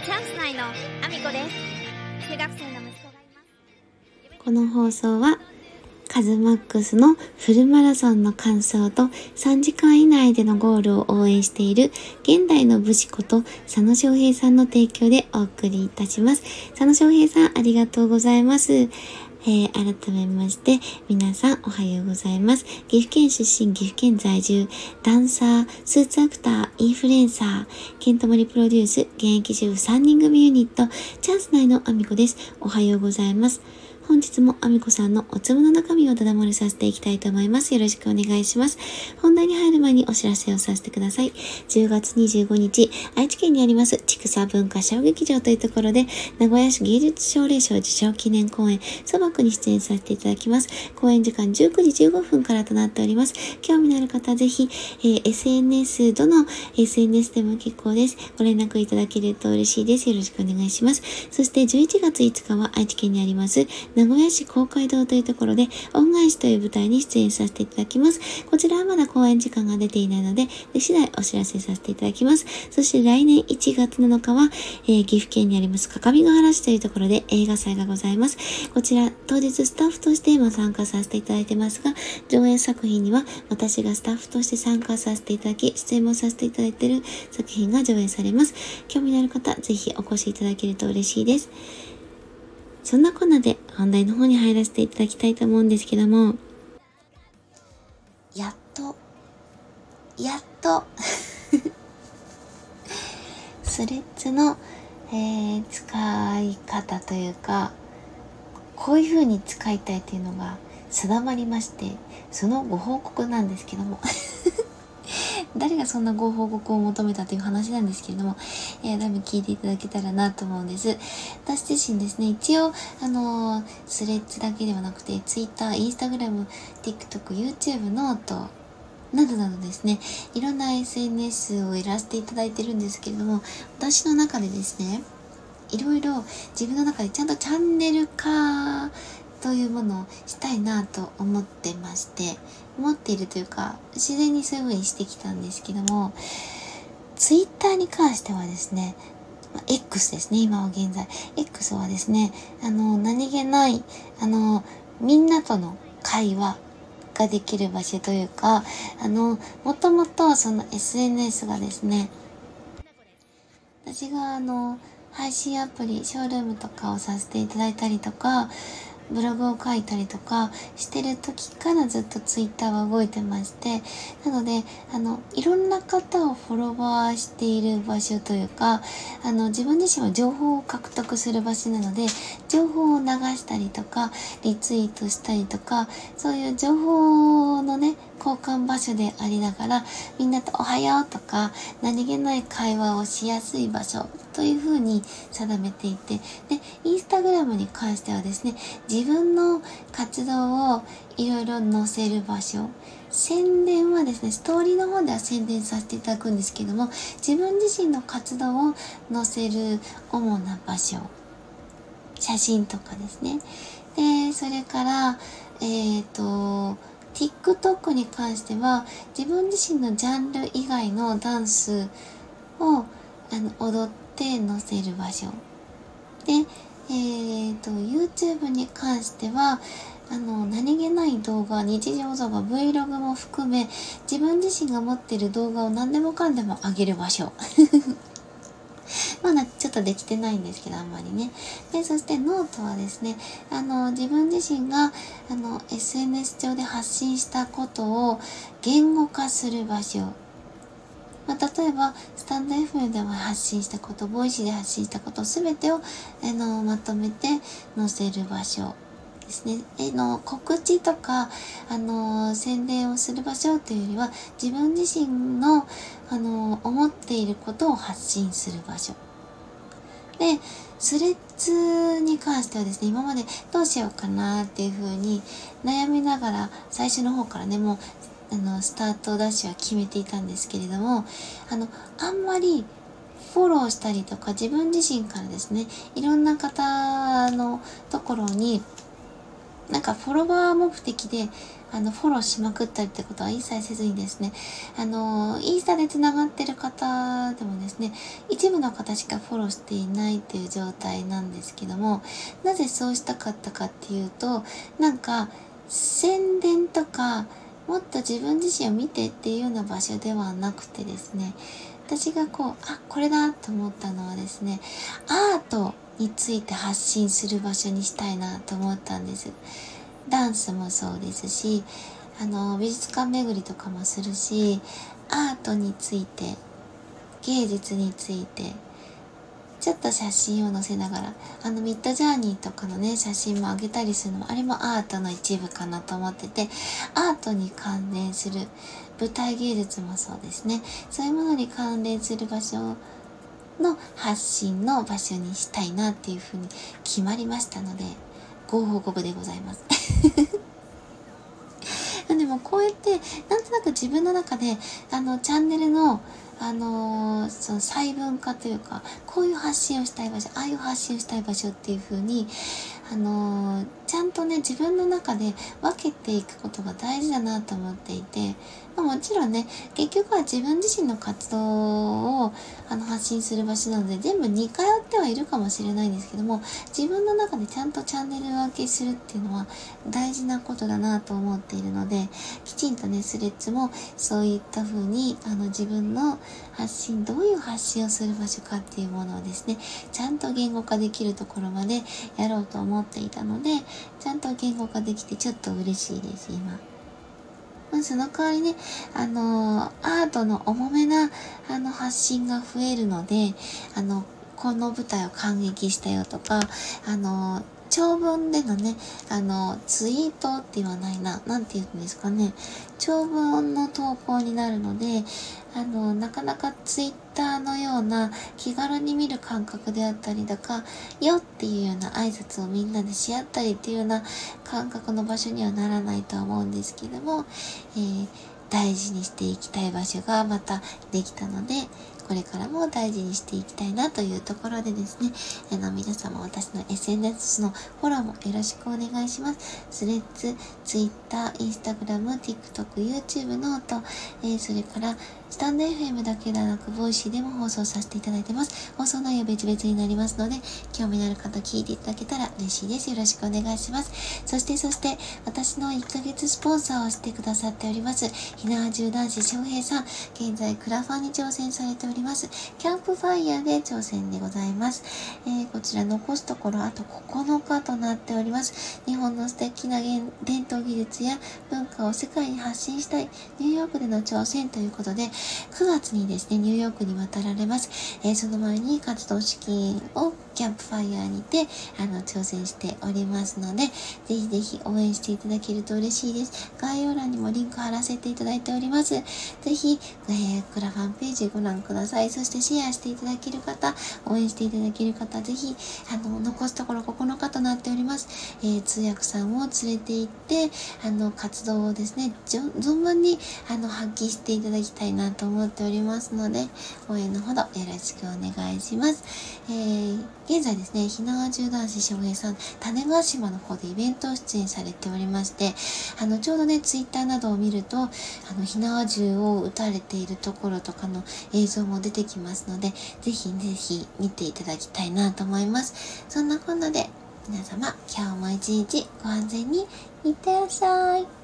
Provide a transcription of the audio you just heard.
チャンス内のアミコです。中学生の息子がいます。 この放送はカズマックスのフルマラソンの完走と3時間以内でのゴールを応援している現代の武士こと佐野翔平さんの提供でお送りいたします。佐野翔平さん、ありがとうございます。改めまして皆さんおはようございます。岐阜県出身、岐阜県在住、ダンサー、スーツアクター、インフルエンサー、ケントモリプロデュース、現役主婦3人組ユニット、チャンス内のアミコです。おはようございます。本日もアミコさんのおつむの中身をただ漏れさせていきたいと思います。よろしくお願いします。本題に入る前にお知らせをさせてください。10月25日、愛知県にあります千草文化小劇場というところで、名古屋市芸術奨励賞受賞記念公演、そばくに出演させていただきます。公演時間19時15分からとなっております。興味のある方はぜひ、SNS、どの SNS でも結構です。ご連絡いただけると嬉しいです。よろしくお願いします。そして11月5日は愛知県にあります名古屋市公会堂というところで恩返しという舞台に出演させていただきます。こちらはまだ公演時間が出ていないので、出次第お知らせさせていただきます。そして来年1月7日は、岐阜県にあります各務原市というところで映画祭がございます。こちら当日スタッフとして参加させていただいてますが、上演作品には私がスタッフとして参加させていただき、出演もさせていただいている作品が上演されます。興味のある方、ぜひお越しいただけると嬉しいです。そんなこんなで本題の方に入らせていただきたいと思うんですけども、やっとスレッズの、使い方というか、こういう風に使いたいというのが定まりまして、そのご報告なんですけども誰がそんなご報告を求めたという話なんですけれども、多分聞いていただけたらなと思うんです。私自身ですね、一応スレッズだけではなくて Twitter、Instagram、TikTok、YouTube、ノートなどなどですね、いろんな SNS をやらせていただいてるんですけれども、私の中でですね、いろいろ自分の中でちゃんとチャンネル化というものをしたいなと思ってまして、思っているというか自然にそういう風にしてきたんですけども、ツイッターに関してはですね、X ですね、今は現在 X はですね、何気ないみんなとの会話ができる場所というか、もともとその SNS がですね、私が配信アプリショールームとかをさせていただいたりとか、ブログを書いたりとかしてる時からずっとツイッターは動いてまして、なのでいろんな方をフォロワーしている場所というか、自分自身は情報を獲得する場所なので、情報を流したりとかリツイートしたりとか、そういう情報のね交換場所でありながら、みんなとおはようとか何気ない会話をしやすい場所というふうに定めていて、でインスタグラムに関してはですね、自分の活動をいろいろ載せる場所、宣伝はですね、ストーリーの方では宣伝させていただくんですけども、自分自身の活動を載せる主な場所、写真とかですね。でそれからTikTok に関しては自分自身のジャンル以外のダンスを踊って載せる場所で、YouTube に関しては何気ない動画、日常動画、Vlog も含め自分自身が持っている動画を何でもかんでも上げる場所まだちょっとできてないんですけど、あんまりね。でそしてノートはですね、自分自身がSNS 上で発信したことを言語化する場所、例えばスタンド FM では発信したこと、ボイシーで発信したことすべてをまとめて載せる場所ですね。告知とか宣伝をする場所というよりは、自分自身の思っていることを発信する場所で、スレッズに関してはですね、今までどうしようかなっていう風に悩みながら最初の方からね、もうスタートダッシュは決めていたんですけれども、あんまりフォローしたりとか、自分自身からですね、いろんな方のところになんかフォロワー目的でフォローしまくったりってことは一切せずにですね、インスタでつながってる方でもですね、一部の方しかフォローしていないっていう状態なんですけども、なぜそうしたかったかっていうと、なんか宣伝とかもっと自分自身を見てっていうような場所ではなくてですね、私がこれだと思ったのはですね、アートについて発信する場所にしたいなと思ったんです。ダンスもそうですし、美術館巡りとかもするし、アートについて、芸術について、ちょっと写真を載せながら、ミッドジャーニーとかのね、写真も上げたりするのも、あれもアートの一部かなと思ってて、アートに関連する、舞台芸術もそうですね、そういうものに関連する場所の発信の場所にしたいなっていうふうに決まりましたので、ご報告でございます。でもこうやってなんとなく自分の中でチャンネルのその細分化というか、こういう発信をしたい場所、ああいう発信をしたい場所っていう風にちゃんとね、自分の中で分けていくことが大事だなと思っていて、もちろんね、結局は自分自身の活動を発信する場所なので、全部似通ってはいるかもしれないんですけども、自分の中でちゃんとチャンネル分けするっていうのは大事なことだなと思っているので、きちんとね、スレッズもそういった風に自分の発信、どういう発信をする場所かっていうものをですね、ちゃんと言語化できるところまでやろうと思っていたので、ちゃんと言語化できてちょっと嬉しいです、今。その代わりね、アートの重めな、発信が増えるので、この舞台を感激したよとか、長文でのね、ツイートって言わないな、なんて言うんですかね、長文の投稿になるので、なかなかツイッターのような気軽に見る感覚であったりだか、よっていうような挨拶をみんなでし合ったりっていうような感覚の場所にはならないとは思うんですけども、大事にしていきたい場所がまたできたので、これからも大事にしていきたいなというところでですね、皆様私の SNS のフォローもよろしくお願いします。スレッズ、Twitter、Instagram、TikTok、YouTube ノート、それからスタンド FM だけではなく、ボイシーでも放送させていただいてます。放送内容別々になりますので、興味のある方聞いていただけたら嬉しいです。よろしくお願いします。そして、私の1ヶ月スポンサーをしてくださっております、ひなわ銃男子翔平さん、現在クラファンに挑戦されております。キャンプファイヤーで挑戦でございます。こちら残すところあと9日となっております。日本の素敵な伝統技術や文化を世界に発信したいニューヨークでの挑戦ということで、9月にですね、ニューヨークに渡られます。その前に活動資金をキャンプファイヤーにて挑戦しておりますので、ぜひぜひ応援していただけると嬉しいです。概要欄にもリンク貼らせていただいております。ぜひ、クラファンページご覧ください。そしてシェアしていただける方、応援していただける方、ぜひ残すところ9日となっております。通訳さんを連れて行って活動をですね、存分に発揮していただきたいなと思っておりますので、応援のほどよろしくお願いします。現在ですね、ひなわ銃男子翔平さん、種子島の方でイベント出演されておりまして、ちょうどね、ツイッターなどを見ると、ひなわ銃を撃たれているところとかの映像も出てきますので、ぜひぜひ見ていただきたいなと思います。そんなこんなで、皆様、今日も一日ご安全にいってらっしゃい。